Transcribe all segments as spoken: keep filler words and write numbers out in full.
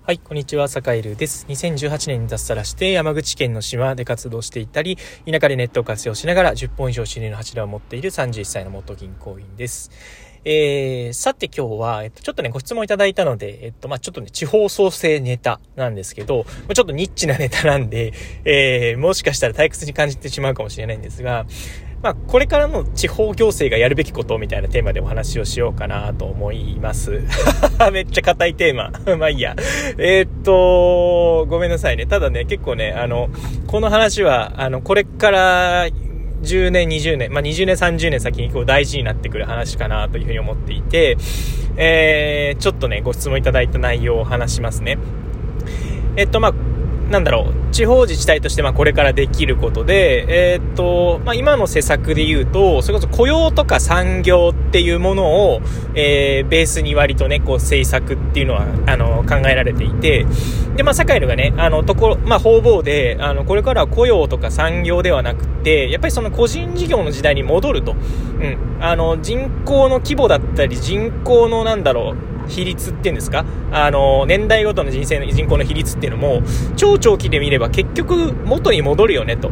はい、こんにちは、坂井瑠です。にせんじゅうはちねんに脱サラして山口県の島で活動していたり、田舎でネットを活用しながらじゅっぽん以上収入の柱を持っているさんじゅっさいの元銀行員です。えー、さて今日は、えっと、ちょっとね、ご質問いただいたので、えっと、まあ、ちょっとね、地方創生ネタなんですけど、ちょっとニッチなネタなんで、えー、もしかしたら退屈に感じてしまうかもしれないんですが、まあ、これからの地方行政がやるべきことみたいなテーマでお話をしようかなと思います。めっちゃ硬いテーマ。まあいいや。えー、っと、ごめんなさいね。ただね、結構ね、あの、この話は、あの、これからじゅうねん、にじゅうねん、まあにじゅうねん、さんじゅうねん先にこう大事になってくる話かなというふうに思っていて、えー、ちょっとね、ご質問いただいた内容を話しますね。えっと、まあ、なんだろう、地方自治体としてまあこれからできることで、えー、っと、まあ今の施策で言うと、それこそ雇用とか産業っていうものを、えー、ベースに割とね、こう政策っていうのは、あの、考えられていて、で、まあ、坂井がね、あの、ところ、まあ、方々で、あの、これからは雇用とか産業ではなくて、やっぱりその個人事業の時代に戻ると、うん、あの、人口の規模だったり、人口のなんだろう、比率っていうんですか、あの年代ごとの人生の人口の比率っていうのも超長期で見れば結局元に戻るよねと、うん、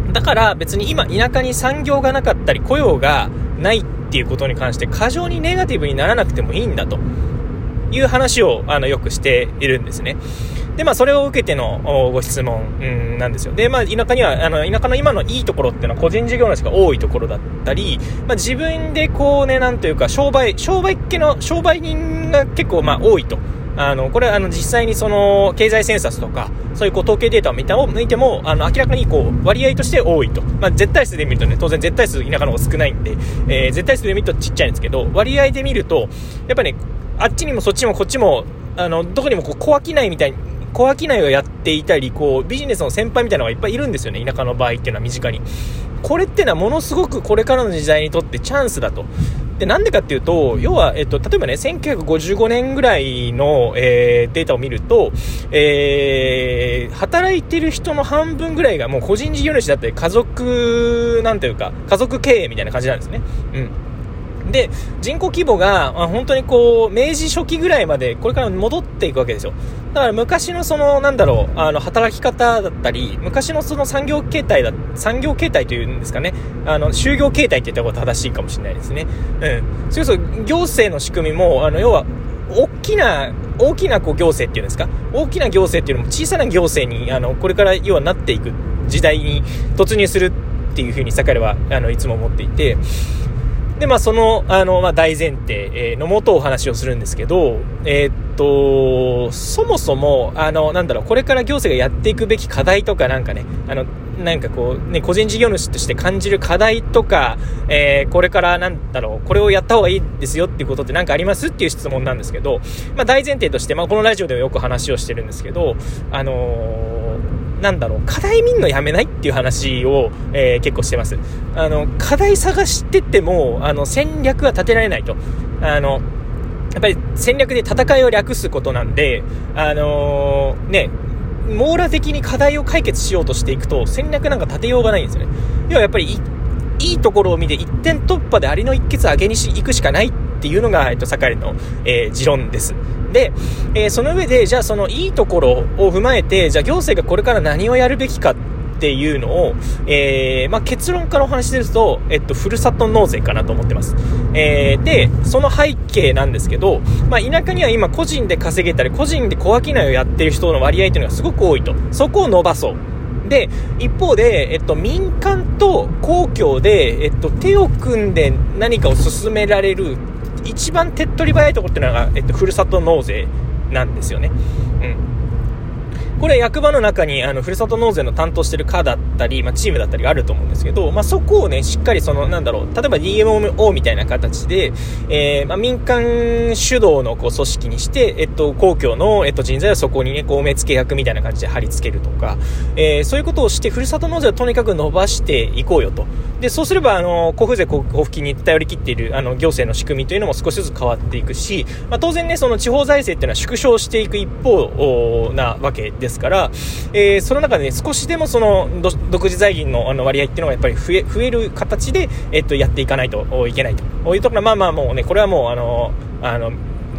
だから別に今田舎に産業がなかったり雇用がないっていうことに関して過剰にネガティブにならなくてもいいんだという話をあのよくしているんですね。で、まあ、それを受けてのご質問、うん、なんですよ。で、まあ、田舎には、あの、田舎の今のいいところっていうのは個人事業主が多いところだったり、まあ、自分でこうね、なんというか、商売、商売系の、商売人が結構、まあ、多いと。あの、これは、あの、実際にその、経済センサスとか、そういうこう、統計データを見たを抜いても、あの、明らかにこう、割合として多いと。まあ、絶対数で見るとね、当然絶対数田舎の方が少ないんで、えー、絶対数で見るとちっちゃいんですけど、割合で見ると、やっぱね、あっちにもそっちもこっちも、あの、どこにもこう、小商いみたいに、小商いをやっていたり、こう、ビジネスの先輩みたいなのがいっぱいいるんですよね、田舎の場合っていうのは身近に。これってのはものすごくこれからの時代にとってチャンスだと。で、なんでかっていうと、要は、えっと、例えばね、せんきゅうひゃくごじゅうごねんぐらいの、えー、データを見ると、えー、働いてる人の半分ぐらいがもう個人事業主だったり、家族、なんていうか、家族経営みたいな感じなんですね。うん。で、人口規模が、まあ、本当にこう明治初期ぐらいまでこれから戻っていくわけですよ。だから昔のそのなんだろう、あの働き方だったり、昔のその産業形態だ産業形態というんですかね、あの就業形態って言った方が正しいかもしれないですね。うん。それこそ行政の仕組みもあの要は大きな大きなこう行政っていうんですか、大きな行政っていうのも小さな行政にあのこれから要はなっていく時代に突入するっていう風に坂井はあのいつも思っていて。で、まあ、その、あの、まあ、大前提のもとお話をするんですけど、えー、っと、そもそも、あの、なんだろう、これから行政がやっていくべき課題とかなんかね、あの、なんかこう、ね、個人事業主として感じる課題とか、えー、これからなんだろう、これをやった方がいいですよっていうことってなんかありますっていう質問なんですけど、まあ、大前提として、まあ、このラジオではよく話をしてるんですけど、あのー、なんだろう、課題見んのやめないっていう話を、えー、結構してます。あの、課題探してても、あの、戦略は立てられないと。あの、やっぱり戦略で戦いを略すことなんで、あのー、ね、網羅的に課題を解決しようとしていくと、戦略なんか立てようがないんですよね。要はやっぱりい、いいところを見て一点突破でありの一決上げにし、行くしかないっていうのが、えっと、坂井の、えー、持論です。で、えー、その上で、じゃあそのいいところを踏まえて、じゃあ行政がこれから何をやるべきかっていうのを、えー、まあ、結論からお話しすると、えっと、ふるさと納税かなと思ってます。えー、で、その背景なんですけど、まあ、田舎には今個人で稼げたり、個人で小商いをやってる人の割合っていうのがすごく多いと。そこを伸ばそう。で、一方で、えっと、民間と公共で、えっと、手を組んで何かを進められる一番手っ取り早いところっていうのが、えっと、ふるさと納税なんですよね。うん。これ役場の中にあのふるさと納税の担当してる課だったり、まあ、チームだったりがあると思うんですけど、まあ、そこをねしっかりそのなんだろう、例えば ディーエムオー みたいな形で、えーまあ、民間主導のこう組織にして、えっと、公共の、えっと、人材をそこにねこう目付け役みたいな感じで貼り付けるとか、えー、そういうことをしてふるさと納税をとにかく伸ばしていこうよと。でそうすればあの交付税交付金に頼り切っているあの行政の仕組みというのも少しずつ変わっていくし、まあ、当然ねその地方財政っていうのは縮小していく一方なわけですから、えー、その中で、ね、少しでもその独自財源 の, あの割合っていうのがやっぱり増え、増える形で、えっと、やっていかないといけないというところはまあまあもうねこれはもうあのあの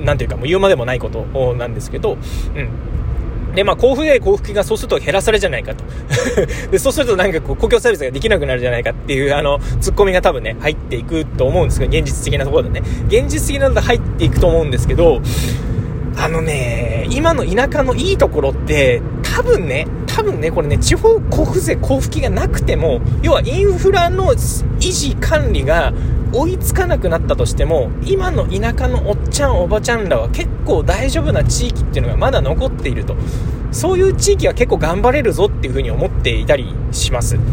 なんていうかもう言うまでもないことなんですけど、うんで、まあ、交付税、交付金がそうすると減らされるじゃないかと。で、そうするとなんかこう、公共サービスができなくなるじゃないかっていう、あの、ツッコミが多分ね、入っていくと思うんですけど、現実的なところでね。現実的なので入っていくと思うんですけど、あのね、今の田舎のいいところって、多分ね、多分ね、これね、地方交付税、交付金がなくても、要はインフラの維持管理が追いつかなくなったとしても、今の田舎のおっちゃんおばちゃんらは結構大丈夫な地域っていうのがまだ残っていると。そういう地域は結構頑張れるぞっていう風に思っていたりします。うん。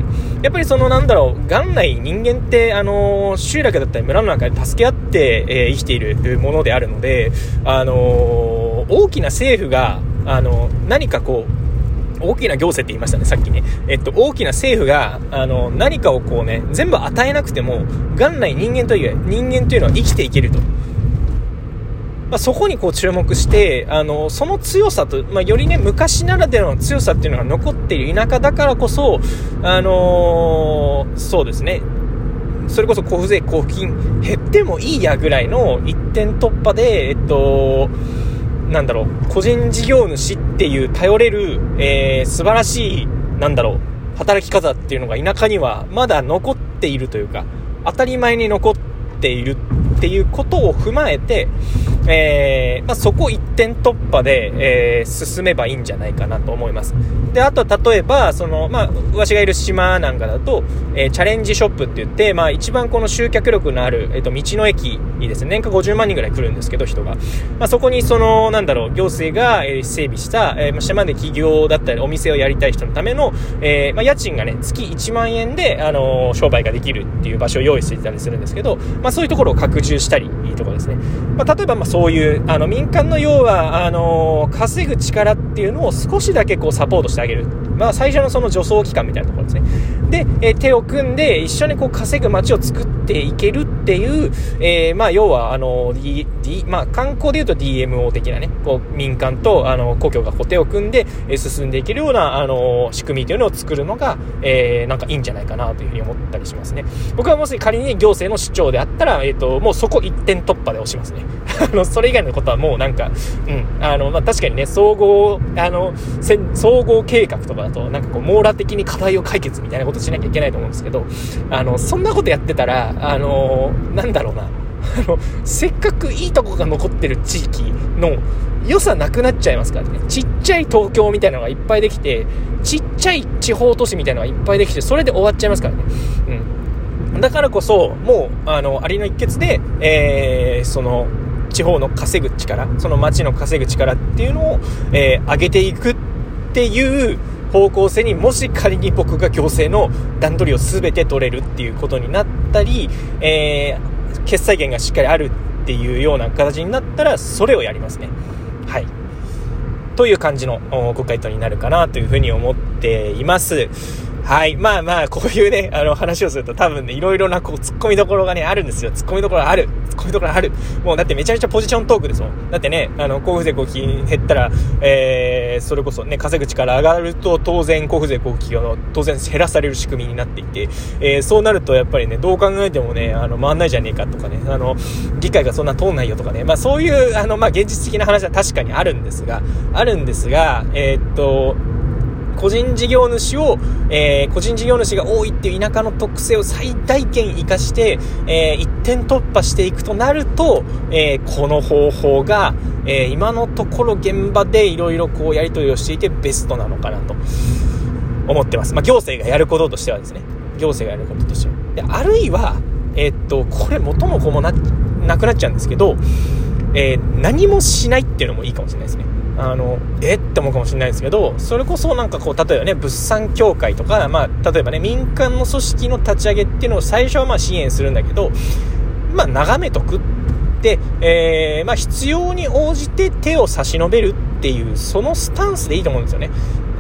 やっぱりそのなんだろう、元来人間ってあのー、集落だったり村の中で助け合って、えー、生きているものであるので、あのー、大きな政府があのー、何かこう大きな行政って言いましたね、さっきね。えっと、大きな政府が、あの、何かをこうね、全部与えなくても、元来人間という、人間というのは生きていけると。まあ、そこにこう注目して、あの、その強さと、まあ、よりね、昔ならではの強さっていうのが残っている田舎だからこそ、あのー、そうですね。それこそ交付税、交付金減ってもいいやぐらいの一点突破で、えっと、なんだろう、個人事業主っていう頼れる、えー、素晴らしい、なんだろう、働き方っていうのが田舎にはまだ残っているというか、当たり前に残っているっていうことを踏まえて、えーまあ、そこ一点突破で、えー、進めばいいんじゃないかなと思います。で、あと例えばその、まあ、わしがいる島なんかだと、えー、チャレンジショップって言って、まあ、一番この集客力のある、えー、と道の駅にですね、年間ごじゅうまんにんぐらい来るんですけど、人が、まあ、そこにそのなんだろう、行政が、えー、整備した、えー、島で起業だったりお店をやりたい人のための、えーまあ、家賃がね月いちまんえんで、あのー、商売ができるっていう場所を用意していたりするんですけど、まあ、そういうところを拡充したりいいところですね。まあ、例えばまあそういうあの民間の要はあのー、稼ぐ力っていうのを少しだけこうサポートしてあげる、まあ、最初のその助走期間みたいなところですね。で、えー、手を組んで一緒にこう稼ぐ街を作っていけるっていう、えー、まあ要はあの、D D まあ、観光でいうと ディーエムオー 的なね、こう民間とあの公共がこう手を組んで、えー、進んでいけるようなあの仕組みというのを作るのが、えー、なんかいいんじゃないかなというふうに思ったりしますね。僕はもし仮に行政の首長であったら、えー、ともうそこ一点突破で押しますね。あのそれ以外のことはもうなんか、うんあのまあ、確かにね、総合あの総合計画とかだとなんかこう網羅的に課題を解決みたいなことしなきゃいけないと思うんですけど、あのそんなことやってたらあのなんだろうなあのせっかくいいとこが残ってる地域の良さなくなっちゃいますからね。ちっちゃい東京みたいなのがいっぱいできて、ちっちゃい地方都市みたいなのがいっぱいできて、それで終わっちゃいますからね。うん、だからこそもうあのありの一決で、えー、その地方の稼ぐ力、その町の稼ぐ力っていうのを、えー、上げていくっていう方向性に、もし仮に僕が行政の段取りを全て取れるっていうことになったり、えー、決裁権がしっかりあるっていうような形になったら、それをやりますね。はい。という感じのご回答になるかなというふうに思っています。はい。まあまあ、こういうね、あの話をすると多分ね、いろいろなこう突っ込みどころがね、あるんですよ。突っ込みどころある。突っ込みどころある。もうだってめちゃめちゃポジショントークですもん。だってね、あの、交付税交付金減ったら、えー、それこそね、稼ぐ力上がると当然交付税交付金を当然減らされる仕組みになっていて、えー、そうなるとやっぱりね、どう考えてもね、あの、回んないじゃねえかとかね、あの、議会がそんな通んないよとかね、まあそういう、あの、まあ現実的な話は確かにあるんですが、あるんですが、えー、っと、個人事業主を、えー、個人事業主が多いっていう田舎の特性を最大限活かして、えー、一点突破していくとなると、えー、この方法が、えー、今のところ現場でいろいろこうやり取りをしていてベストなのかなと思ってます。まあ行政がやることとしてはですね、行政がやることとしては。で、あるいは、えー、っと、これ元も子も な, なくなっちゃうんですけど、えー、何もしないっていうのもいいかもしれないですね。あのえって思うかもしれないですけど、それこそなんかこう例えばね、物産協会とか、まあ例えばね、民間の組織の立ち上げっていうのを最初はまあ支援するんだけど、まあ眺めとくで、えー、まあ必要に応じて手を差し伸べるっていうそのスタンスでいいと思うんですよね。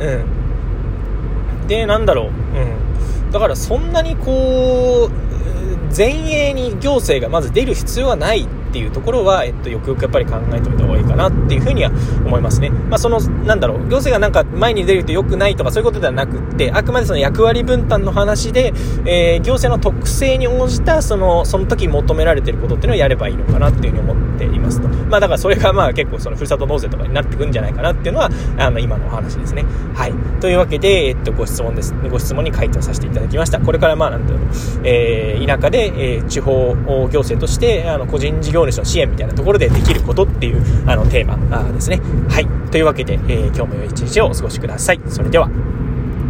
うん。で、なんだろう、うん。だからそんなにこう前衛に行政がまず出る必要はないっっていうところは、えっと、よくよくやっぱり考えておいた方がいいかなっていうふうには思いますね。まあ、そのなんだろう、行政がなんか前に出ると良くないとかそういうことではなくって、あくまでその役割分担の話で、えー、行政の特性に応じたそのその時求められていることっていうのをやればいいのかなっていうふうに思っていますと。まあ、だからそれがまあ結構そのふるさと納税とかになってくるんじゃないかなっていうのはあの今のお話ですね。はい。というわけで、えっと、ご質問ですね。ご質問に回答させていただきました。これからまあなんていうの、えー、田舎で、えー、地方行政としてあの個人事業主の支援みたいなところでできることっていうあのテーマですね。はい。というわけで、えー、今日も良い一日をお過ごしください。それでは。